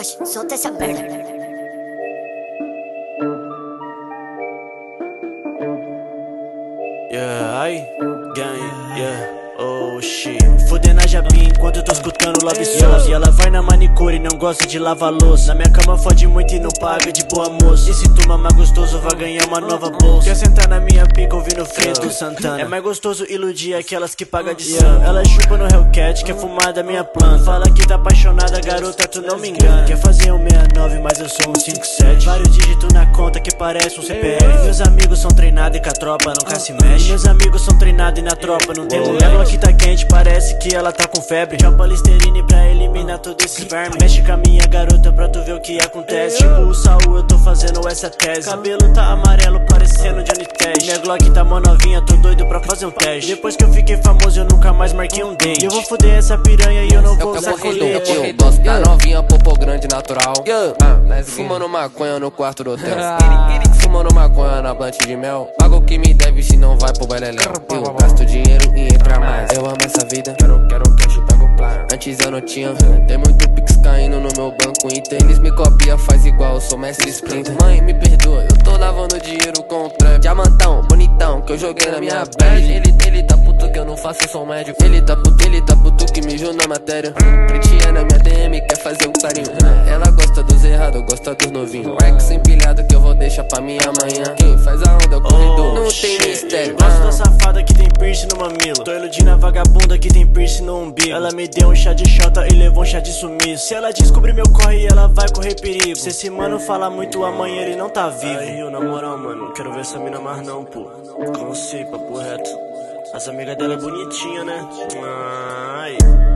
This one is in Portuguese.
Oxe, solta essa merda. Yeah, ai, gang, yeah, oh shit. Fudendo a Jabim enquanto eu tô escutando Love Songs. E ela vai na manicure e não gosta de lavar louça. Na minha cama fode muito e não paga de boa moça. E se tu mamar gostoso vai ganhar uma nova bolsa. Quer sentar na minha pica ouvindo Fredo Santana. É mais gostoso iludir aquelas que paga de sangue. Ela chupa no Hellcat, quer fumar da minha planta. Fala que tá apaixonada, garota, tu não me engana. Quer fazer um 69, mas eu sou um 57. Vários dígitos na conta que parece um CPF. Meus amigos são treinados e com a tropa nunca se mexe. Meus amigos são treinados e na tropa não tem mulher. Ela aqui tá quente, parece que ela tá com febre. Joga Listerine pra eliminar todos esses vermes. Mexe com a minha garota pra tu ver o que acontece. Tipo o Saul, eu tô fazendo essa tese. Cabelo tá amarelo, parecendo Johnny Test. Minha Glock tá mó novinha, tô doido pra fazer um teste. Depois que eu fiquei famoso, eu nunca mais marquei um dente. Eu vou foder essa piranha e eu não vou usar colete. Eu gosto da novinha, popô grande, natural. Fumando maconha no quarto do hotel. Fumando maconha na blunt de mel. Paga o que me deve, se não vai pro beleléu. Eu gasto dinheiro e entra mais. Eu amo essa vida, quero cash, pego plano. Antes eu não tinha, tem muito pix caindo no meu banco Inter. Eles me copiam, faz igual, eu sou mestre Splinter. Mãe, me perdoa, eu tô lavando dinheiro com o trap. Diamantão, bonitão, que eu joguei na minha bad. Ele tá puto que eu não faço som médio. Ele tá puto que mijou na matéria. Pretinha na minha DM, quer fazer um carinho. Ela gosta dos errados, gosta dos novinhos. Rex empilhado que eu vou deixar pra minha amanhã. Quem faz a onda é o corredor, não tem mistério. Gosto da safada que tem piercing no mamilo. Tô iludindo a vagabunda que tem piercing no umbigo. Ela me deu um chá de xota e levou um chá de sumiço. Se ela descobrir meu corre, ela vai correr perigo. Se esse mano fala muito amanhã, ele não tá vivo. Aí, eu, na moral, mano, não quero ver essa mina mais não, pô. Como sei, papo reto. As amigas dela é bonitinha, né? Ai.